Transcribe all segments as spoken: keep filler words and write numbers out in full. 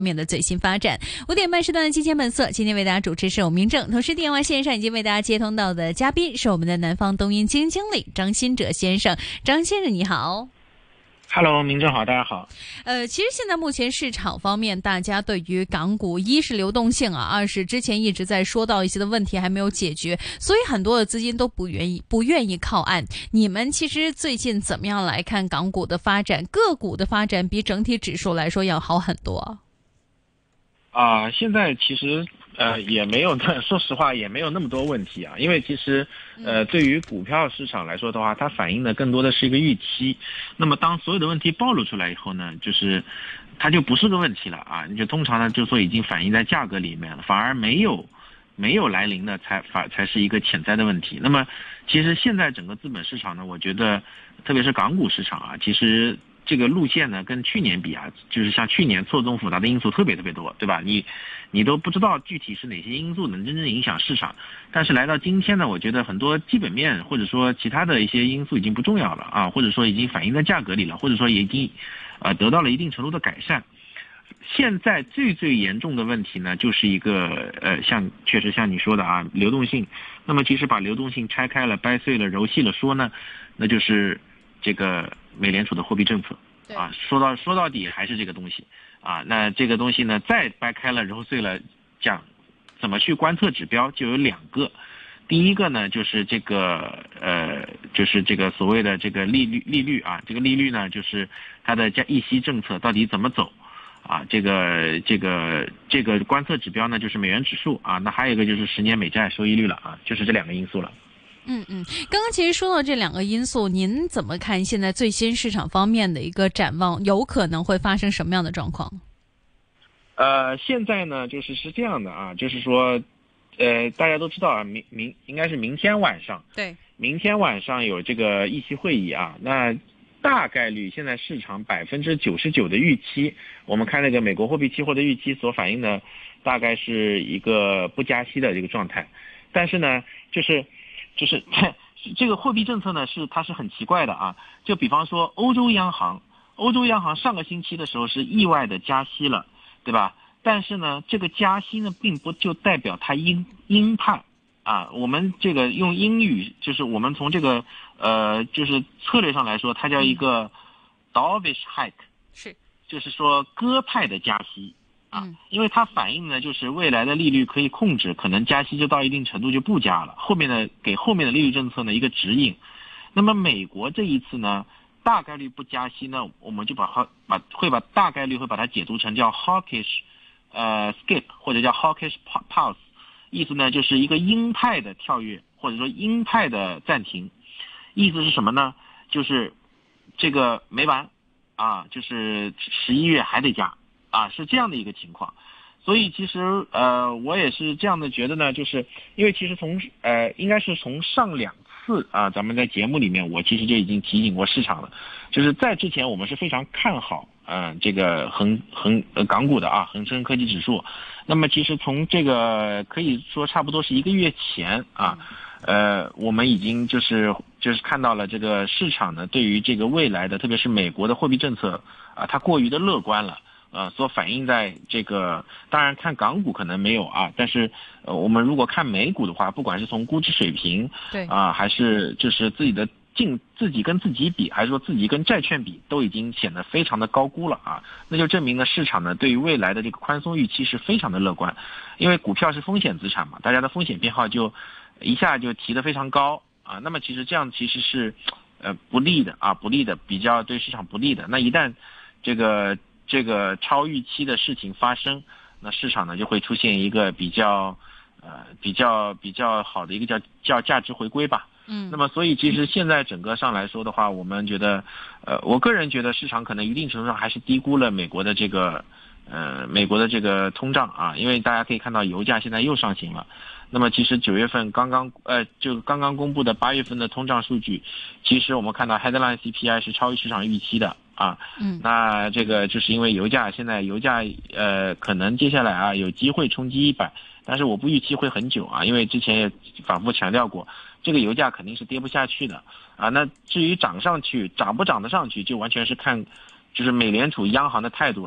面的最新发展。五点半时段的金钱本色，今天为大家主持是我明正，同时电话线上已经为大家接通到的嘉宾是我们的南方东英基金经理张新哲先生。张先生你好。 Hello， 明正好，大家好。 呃，其实现在目前市场方面，大家对于港股，一是流动性啊，二是之前一直在说到一些的问题还没有解决，所以很多的资金都不愿意不愿意靠岸。你们其实最近怎么样来看港股的发展？个股的发展比整体指数来说要好很多。 啊、呃，现在其实呃也没有，说实话也没有那么多问题啊，因为其实呃对于股票市场来说的话，它反映的更多的是一个预期。那么当所有的问题暴露出来以后呢，就是它就不是个问题了啊，你就通常呢就说已经反映在价格里面了，反而没有没有来临的才反才是一个潜在的问题。那么其实现在整个资本市场呢，我觉得特别是港股市场啊，其实这个路线呢，跟去年比啊，就是像去年错综复杂的因素特别特别多，对吧？你你都不知道具体是哪些因素能真正影响市场。但是来到今天呢，我觉得很多基本面或者说其他的一些因素已经不重要了啊，或者说已经反映在价格里了，或者说已经呃得到了一定程度的改善。现在最最严重的问题呢，就是一个呃，像确实像你说的啊，流动性。那么其实把流动性拆开了、掰碎了、揉细了说呢，那就是这个美联储的货币政策啊，说到说到底还是这个东西啊。那这个东西呢，再掰开了揉碎了讲，怎么去观测指标就有两个。第一个呢，就是这个呃，就是这个所谓的这个利率利率啊，这个利率呢，就是它的加议息政策到底怎么走啊？这个这个这个观测指标呢，就是美元指数啊。那还有一个就是十年美债收益率了啊，就是这两个因素了。 嗯嗯，刚刚其实说到这两个因素，您怎么看现在最新市场方面的一个展望？有可能会发生什么样的状况？ 呃，现在呢，就是是这样的啊，就是说，呃，大家都知道啊，明明应该是明天晚上， 对， 明天晚上有这个议息会议啊，那大概率现在市场百分之九十九的预期，我们看那个美国货币期货的预期所反映的，大概是一个不加息的这个状态，但是呢，就是。就是这个货币政策呢，是它是很奇怪的啊。就比方说欧洲央行，欧洲央行上个星期的时候是意外的加息了，对吧？但是呢，这个加息呢，并不就代表它鹰鹰派啊。我们这个用英语，就是我们从这个呃，就是策略上来说，它叫一个 dovish hike， 是， 就是说鸽派的加息。啊，因为它反映的就是未来的利率可以控制，可能加息就到一定程度就不加了，后面的给后面的利率政策呢一个指引。那么美国这一次呢，大概率不加息呢，我们就把它把会把大概率会把它解读成叫 hawkish 呃 skip 或者叫 hawkish pause， 意思呢就是一个鹰派的跳跃或者说鹰派的暂停。意思是什么呢？就是这个没完啊，就是十一月还得加。啊，是这样的一个情况，所以其实呃，我也是这样的觉得呢，就是因为其实从呃，应该是从上两次啊，咱们在节目里面，我其实就已经提醒过市场了，就是在之前我们是非常看好嗯、呃、这个恒恒呃港股的啊，恒生科技指数。那么其实从这个可以说差不多是一个月前啊，呃，我们已经就是就是看到了这个市场呢，对于这个未来的，特别是美国的货币政策啊，它过于的乐观了。呃，所反映在这个，当然看港股可能没有啊，但是呃，我们如果看美股的话，不管是从估值水平， 对啊，还是就是自己的净自己跟自己比，还是说自己跟债券比，都已经显得非常的高估了啊，那就证明了市场呢对于未来的这个宽松预期是非常的乐观，因为股票是风险资产嘛，大家的风险偏好就一下就提得非常高啊，那么其实这样其实是呃不利的啊，不利的，比较对市场不利的，那一旦这个。这个超预期的事情发生，那市场呢就会出现一个比较呃比较比较好的一个叫叫价值回归吧。嗯，那么所以其实现在整个上来说的话，我们觉得呃我个人觉得市场可能一定程度上还是低估了美国的这个呃美国的这个通胀啊，因为大家可以看到油价现在又上行了。那么其实九月份刚刚呃就刚刚公布的八月份的通胀数据，其实我们看到 headline C P I 是超于市场预期的。啊，嗯，那这个就是因为油价现在油价呃可能接下来啊有机会冲击一百，但是我不预期会很久啊，因为之前也反复强调过，这个油价肯定是跌不下去的啊。那至于涨上去涨不涨得上去，就完全是看就是美联储央行的态度了。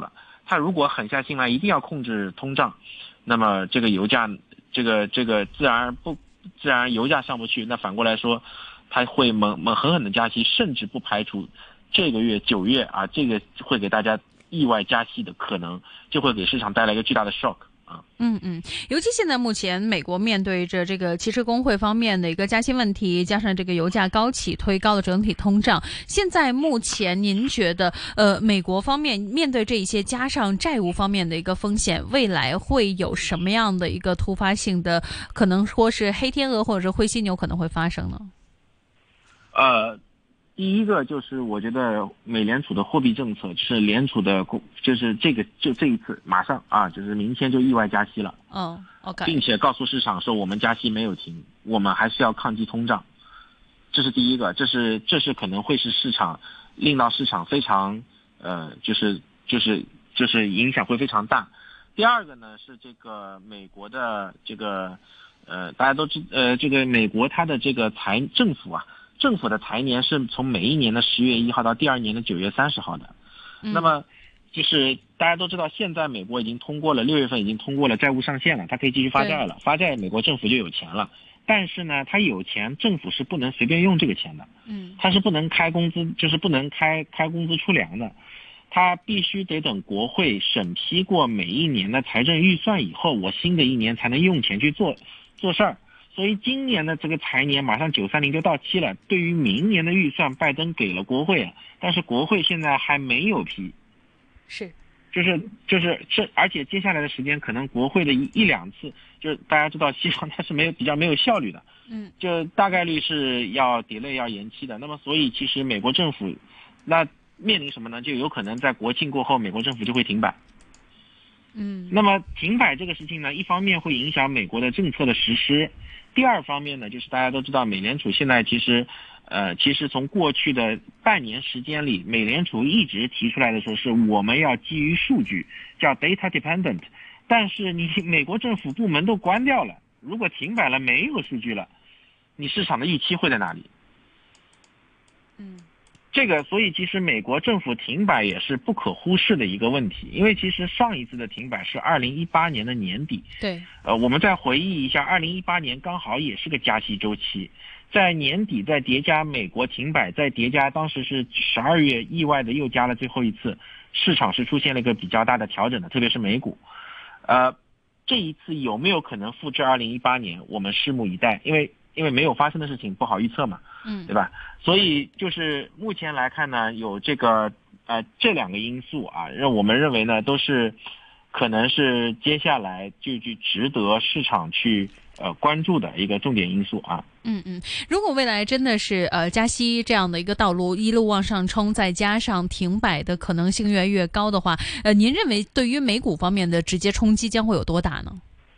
他如果狠下心来一定要控制通胀，那么这个油价这个这个自然而不自然油价上不去，那反过来说他会猛猛狠狠的加息，甚至不排除这个月九月啊，这个会给大家意外加息的可能，就会给市场带来一个巨大的 shock。 嗯嗯，尤其现在目前美国面对着这个汽车工会方面的一个加息问题，加上这个油价高企推高了整体通胀，现在目前您觉得呃美国方面面对这一些加上债务方面的一个风险，未来会有什么样的一个突发性的可能说是黑天鹅或者是灰犀牛可能会发生呢？ 呃第一个就是我觉得美联储的货币政策是联储的，就是这个就这一次马上啊，就是明天就意外加息了。 哦、oh, ，OK， 并且告诉市场说我们加息没有停，我们还是要抗击通胀。这是第一个，这是这是可能会是市场令到市场非常呃，就是就是就是影响会非常大。第二个呢是这个美国的这个呃大家都知呃这个美国它的这个财政府啊。政府的财年是从每一年的十月一号到第二年的九月三十号的，嗯、那么就是大家都知道，现在美国已经通过了六月份已经通过了债务上限了，它可以继续发债了，发债美国政府就有钱了。但是呢，它有钱，政府是不能随便用这个钱的，嗯，它是不能开工资，就是不能开开工资出粮的，它必须得等国会审批过每一年的财政预算以后，我新的一年才能用钱去做做事儿。所以今年的这个财年马上九三零就到期了，对于明年的预算，拜登给了国会，但是国会现在还没有批， 是， 就是就是这，而且接下来的时间可能国会的一一两次，就是大家知道西方它是没有比较没有效率的，嗯，就大概率是要 delay 要延期的。那么所以其实美国政府那面临什么呢？就有可能在国庆过后，美国政府就会停摆。嗯，那么停摆这个事情呢，一方面会影响美国的政策的实施。第二方面呢，就是大家都知道，美联储现在其实，呃，其实从过去的半年时间里，美联储一直提出来的说是我们要基于数据，叫 data dependent。但是你美国政府部门都关掉了，如果停摆了，没有数据了，你市场的预期会在哪里？嗯。这个，所以其实美国政府停摆也是不可忽视的一个问题，因为其实上一次的停摆是二零一八年的年底。 对。 呃，我们再回忆一下，二零一八年刚好也是个加息周期，在年底再叠加美国停摆，再叠加当时是十二月意外的又加了最后一次，市场是出现了一个比较大的调整的，特别是美股。呃，这一次有没有可能复制二零一八年？我们拭目以待，因为因为没有发生的事情不好预测嘛。嗯，对吧？所以就是目前来看呢，有这个呃这两个因素啊，让我们认为呢都是可能是接下来就就值得市场去呃关注的一个重点因素啊。 嗯嗯，如果未来真的是呃加息这样的一个道路一路往上冲，再加上停摆的可能性越来越高的话，呃，您认为对于美股方面的直接冲击将会有多大呢？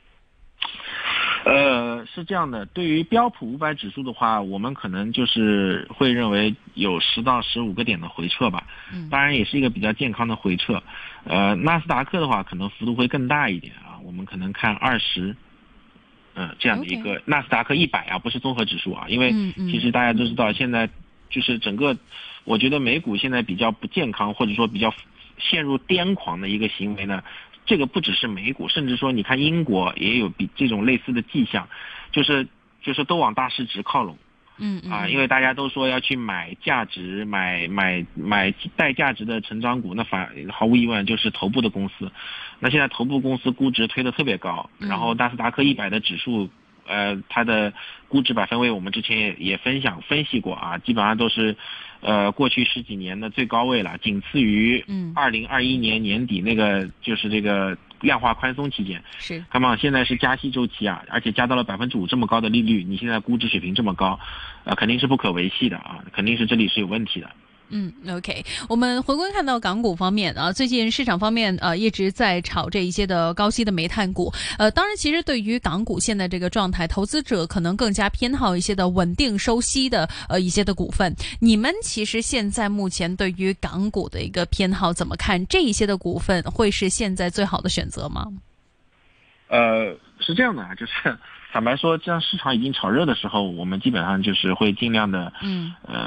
呃，是这样的，对于标普五百指数的话，我们可能就是会认为有十到十五个点的回撤吧，当然也是一个比较健康的回撤。呃，纳斯达克的话可能幅度会更大一点啊，我们可能看二十，嗯，这样的一个 Okay. 纳斯达克一百啊，不是综合指数啊，因为其实大家都知道现在就是整个，我觉得美股现在比较不健康，或者说比较陷入癫狂的一个行为呢。这个不只是美股，甚至说你看英国也有比这种类似的迹象，就是就是都往大市值靠拢，嗯啊，因为大家都说要去买价值、买买买带价值的成长股，那反毫无疑问就是头部的公司。那现在头部公司估值推得特别高，然后纳斯达克一百的指数，呃，它的估值百分位我们之前也也分享分析过啊，基本上都是。呃，过去十几年的最高位了，仅次于二零二一年年底那个就是这个量化宽松期间。是，那么现在是加息周期啊，而且加到了百分之五这么高的利率，你现在估值水平这么高，呃，肯定是不可维系的啊，肯定是这里是有问题的。 嗯 ，OK， 我们回归看到港股方面啊，最近市场方面呃一直在炒这一些的高息的煤炭股，呃，当然其实对于港股现在这个状态，投资者可能更加偏好一些的稳定收息的呃一些的股份。你们其实现在目前对于港股的一个偏好怎么看？这一些的股份会是现在最好的选择吗？ 呃，是这样的啊，就是坦白说，这样市场已经炒热的时候，我们基本上就是会尽量的，嗯，呃。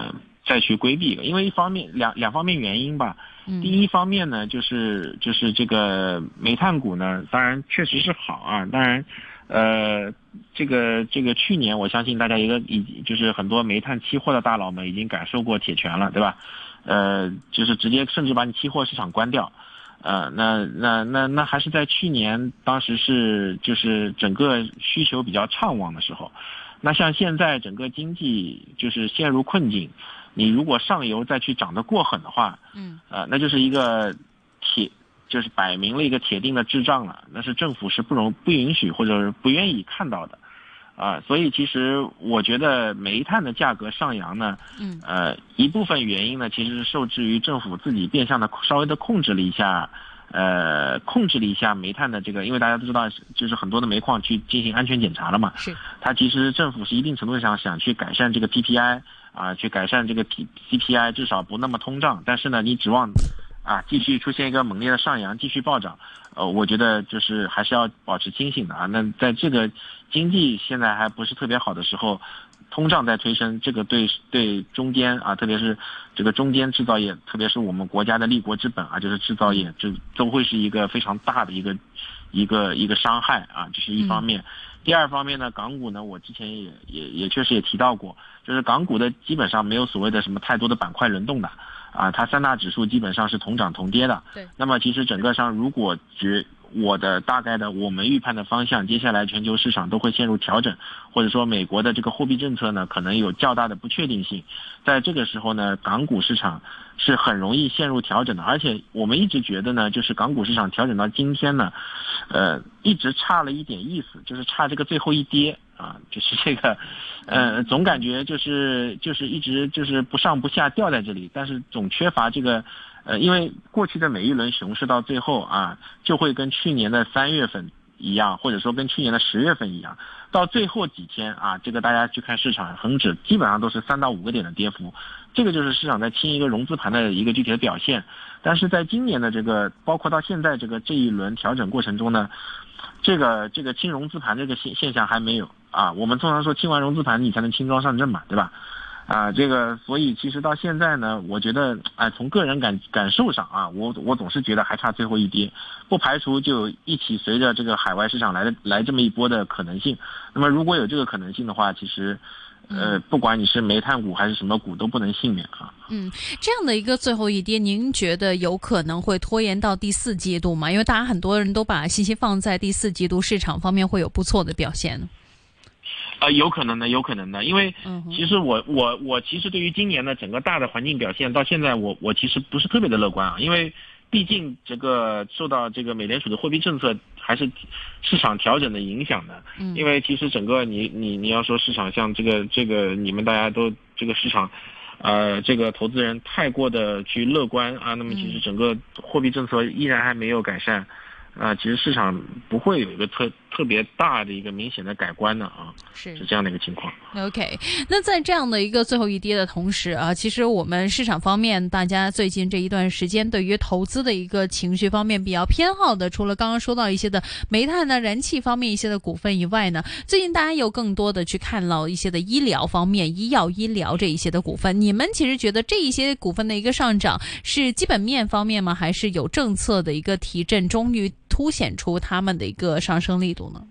再去规避一个，因为一方面两两方面原因吧。第一方面呢，就是就是这个煤炭股呢，当然确实是好啊，当然，呃，这个这个去年我相信大家一个已就是很多煤炭期货的大佬们已经感受过铁拳了，对吧？呃，就是直接甚至把你期货市场关掉，呃，那那那那还是在去年，当时是就是整个需求比较畅旺的时候，那像现在整个经济就是陷入困境。你如果上游再去涨得过狠的话，嗯，呃，那就是一个铁，就是摆明了一个铁定的滞胀了，那是政府是不容不允许或者是不愿意看到的，啊、呃，所以其实我觉得煤炭的价格上扬呢，嗯，呃，一部分原因呢其实是受制于政府自己变相的稍微的控制了一下。呃，控制了一下煤炭的这个，因为大家都知道，就是很多的煤矿去进行安全检查了嘛。是。它其实政府是一定程度上想去改善这个 P P I 啊，去改善这个 P C P I， 至少不那么通胀。但是呢，你指望啊继续出现一个猛烈的上扬，继续暴涨，呃，我觉得就是还是要保持清醒的啊。那在这个经济现在还不是特别好的时候。通胀在推升，这个对对中间啊，特别是这个中间制造业，特别是我们国家的立国之本啊，就是制造业，这都会是一个非常大的一个一个一个伤害啊，这是一方面。嗯、第二方面呢，港股呢，我之前也也也确实也提到过，就是港股的基本上没有所谓的什么太多的板块轮动的啊，它三大指数基本上是同涨同跌的。对。那么其实整个上如果觉我的大概的我们预判的方向，接下来全球市场都会陷入调整，或者说美国的这个货币政策呢，可能有较大的不确定性。在这个时候呢，港股市场是很容易陷入调整的，而且我们一直觉得呢，就是港股市场调整到今天呢，呃，一直差了一点意思，就是差这个最后一跌啊，就是这个，呃，总感觉就是就是一直就是不上不下掉在这里，但是总缺乏这个。呃，因为过去的每一轮熊市到最后啊，就会跟去年的三月份一样，或者说跟去年的十月份一样，到最后几天啊，这个大家去看市场，恒指基本上都是三到五个点的跌幅，这个就是市场在清一个融资盘的一个具体的表现。但是在今年的这个，包括到现在这个这一轮调整过程中呢，这个这个清融资盘这个现现象还没有啊。我们通常说清完融资盘你才能轻装上阵嘛，对吧？啊，这个，所以其实到现在呢，我觉得，哎、呃，从个人感感受上啊，我我总是觉得还差最后一跌，不排除就一起随着这个海外市场来的来这么一波的可能性。那么如果有这个可能性的话，其实，呃，不管你是煤炭股还是什么股，都不能幸免啊。 嗯，这样的一个最后一跌，您觉得有可能会拖延到第四季度吗？因为大家很多人都把信息放在第四季度市场方面会有不错的表现。 啊、呃，有可能的，有可能的，因为其实我我我其实对于今年的整个大的环境表现，到现在我我其实不是特别的乐观啊，因为毕竟这个受到这个美联储的货币政策还是市场调整的影响的，嗯，因为其实整个你你你要说市场像这个这个你们大家都这个市场，呃，这个投资人太过的去乐观啊，那么其实整个货币政策依然还没有改善。啊，其实市场不会有一个特特别大的一个明显的改观的啊，是是这样的一个情况。 OK， 那在这样的一个最后一跌的同时啊，其实我们市场方面，大家最近这一段时间对于投资的一个情绪方面比较偏好的，除了刚刚说到一些的煤炭呢、燃气方面一些的股份以外呢，最近大家有更多的去看到一些的医疗方面、医药、医疗这一些的股份。你们其实觉得这一些股份的一个上涨是基本面方面吗？还是有政策的一个提振，终于凸显出他们的一个上升力度呢？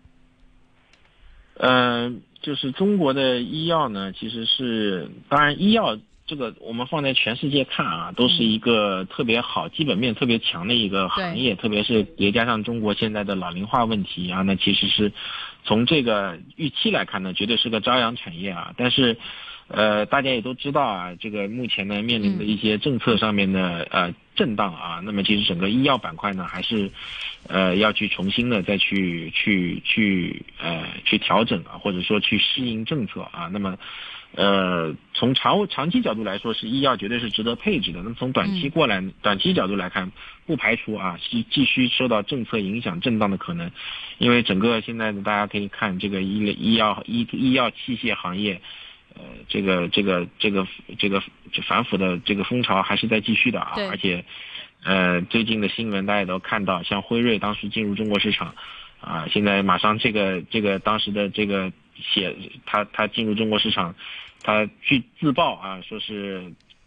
呃，就是中国的医药呢，其实是当然医药这个我们放在全世界看啊，都是一个特别好、基本面特别强的一个行业，特别是叠加上中国现在的老龄化问题啊，那其实是从这个预期来看呢，绝对是个朝阳产业啊。但是，呃，大家也都知道啊，这个目前呢面临的一些政策上面的呃震荡啊，那么其实整个医药板块呢还是呃要去重新的再去去去呃去调整啊，或者说去适应政策啊。那么呃从长长期角度来说，是医药绝对是值得配置的。那么从短期过来，嗯、短期角度来看，不排除啊继继续受到政策影响震荡的可能，因为整个现在呢大家可以看这个医医药医医药器械行业。呃，这个这个这个这个反腐的这个风潮还是在继续的啊，而且，呃，最近的新闻大家也都看到，像辉瑞当时进入中国市场，啊，现在马上这个这个当时的这个写他他进入中国市场，他据自曝啊，说是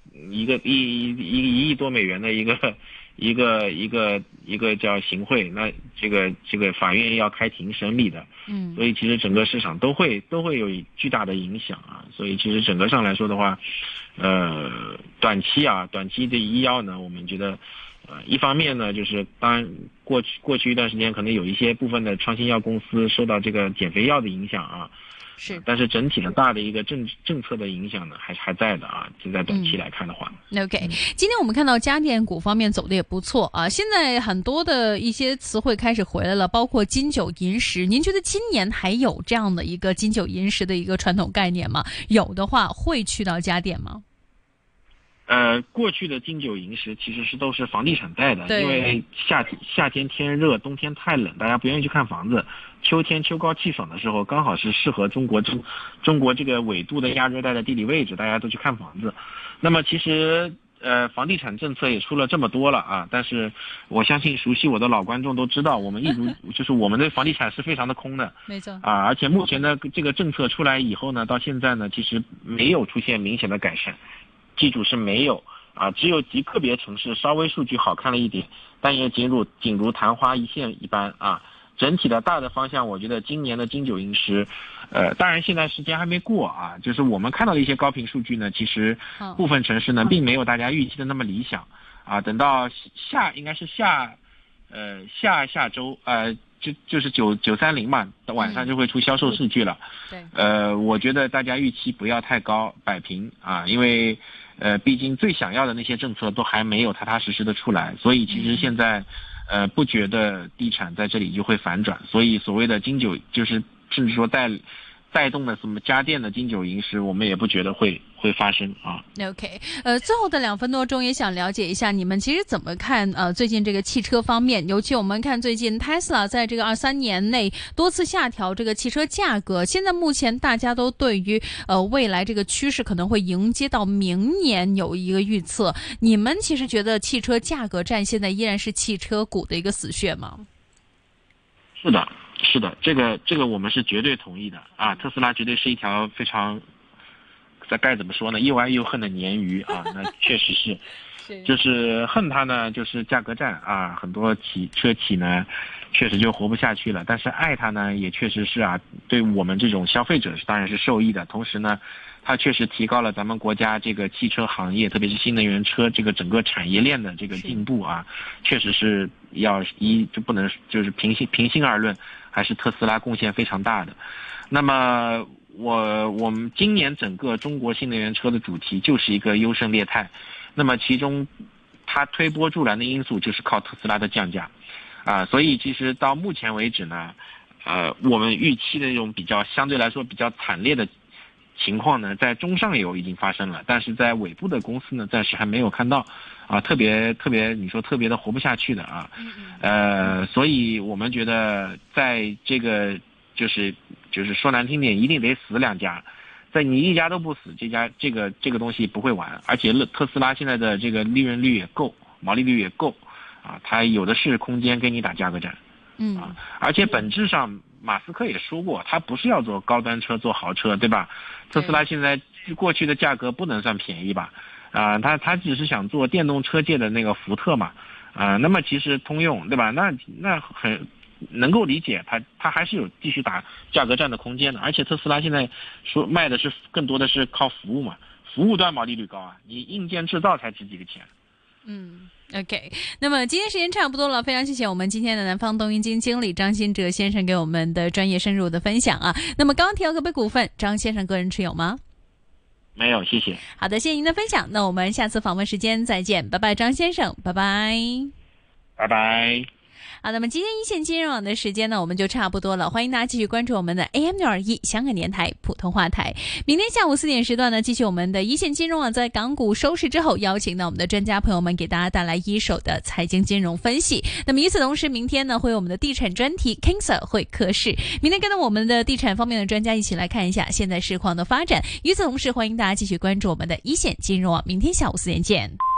一个一一一一亿多美元的一个一个一个一个叫行贿，那这个这个法院要开庭审理的， 嗯， 所以其实整个市场都会都会有巨大的影响啊。所以其实整个上来说的话，呃，短期啊，短期的医药呢，我们觉得。呃，一方面呢，就是当然过去过去一段时间，可能有一些部分的创新药公司受到这个减肥药的影响啊， 是， 但是整体的大的一个政政策的影响呢，还是还在的啊。就在短期来看的话、 嗯、，OK，、嗯、今天我们看到家电股方面走的也不错啊。现在很多的一些词汇开始回来了，包括金九银十。您觉得今年还有这样的一个金九银十的一个传统概念吗？有的话，会去到家电吗？ 呃，过去的金九银十其实是都是房地产带的，因为夏天夏天天热，冬天太冷，大家不愿意去看房子。秋天秋高气爽的时候，刚好是适合中国中中国这个纬度的亚热带的地理位置，大家都去看房子。那么其实呃，房地产政策也出了这么多了啊，但是我相信熟悉我的老观众都知道，我们一直就是我们的房地产是非常的空的， 没错啊，而且目前的这个政策出来以后呢，到现在呢，其实没有出现明显的改善。记住是没有啊，只有极个别城市稍微数据好看了一点，但也仅如仅如昙花一现一般啊。整体的大的方向，我觉得今年的金九银十，呃，当然现在时间还没过啊，就是我们看到的一些高频数据呢，其实部分城市呢并没有大家预期的那么理想啊。等到下应该是下呃下下周呃就就是九九三零嘛，晚上就会出销售数据了。 对， 呃，我觉得大家预期不要太高，摆平啊，因为。呃，毕竟最想要的那些政策都还没有踏踏实实的出来，所以其实现在，呃，不觉得地产在这里就会反转，所以所谓的金九就是甚至说带带动的什么家电的金九银十，我们也不觉得会会发生啊。 OK， 呃，最后的两分多钟也想了解一下你们其实怎么看呃最近这个汽车方面，尤其我们看最近 Tesla 在这个二三年内多次下调这个汽车价格，现在目前大家都对于呃未来这个趋势可能会迎接到明年有一个预测，你们其实觉得汽车价格战现在依然是汽车股的一个死穴吗？ 是的。是的，这个这个我们是绝对同意的啊！特斯拉绝对是一条非常，这该怎么说呢？又爱又恨的鲶鱼啊！那确实是，是就是恨它呢，就是价格战啊，很多企车企呢，确实就活不下去了。但是爱它呢，也确实是啊，对我们这种消费者是当然是受益的。同时呢，它确实提高了咱们国家这个汽车行业，特别是新能源车这个整个产业链的这个进步啊，确实是要一就不能就是平心平心而论。还是特斯拉贡献非常大的。那么我我们今年整个中国新能源车的主题就是一个优胜劣汰，那么其中它推波助澜的因素就是靠特斯拉的降价啊，所以其实到目前为止呢，呃，我们预期的那种比较相对来说比较惨烈的情况呢，在中上游已经发生了，但是在尾部的公司呢，暂时还没有看到啊，特别特别你说特别的活不下去的啊，呃，所以我们觉得在这个就是就是说难听点，一定得死两家，在你一家都不死，这家这个这个东西不会玩，而且特斯拉现在的这个利润率也够，毛利率也够啊，它有的是空间跟你打价格战， 嗯啊，而且本质上。马斯克也说过，他不是要做高端车、做豪车，对吧？特斯拉现在过去的价格不能算便宜吧？啊、呃，他他只是想做电动车界的那个福特嘛，啊、呃，那么其实通用，对吧？那那很能够理解，他他还是有继续打价格战的空间的。而且特斯拉现在说卖的是更多的是靠服务嘛，服务端毛利率高啊，你硬件制造才值几个钱。 嗯 ，OK， 那么今天时间差不多了，非常谢谢我们今天的南方东云基金经理张新哲先生给我们的专业深入的分享啊。那么刚刚提到个别股份，张先生个人持有吗？ 没有，谢谢。 好的，谢谢您的分享。那我们下次访问时间再见，拜拜，张先生，拜拜， 拜拜。 好，那么今天一线金融网的时间呢，我们就差不多了。欢迎大家继续关注我们的 A M 六二一香港电台普通话台。明天下午四点时段呢，继续我们的一线金融网在港股收市之后，邀请到我们的专家朋友们给大家带来一手的财经金融分析。那么与此同时，明天呢会有我们的地产专题 King Sir 会客室。明天跟着我们的地产方面的专家一起来看一下现在市况的发展。与此同时，欢迎大家继续关注我们的一线金融网。明天下午四点见。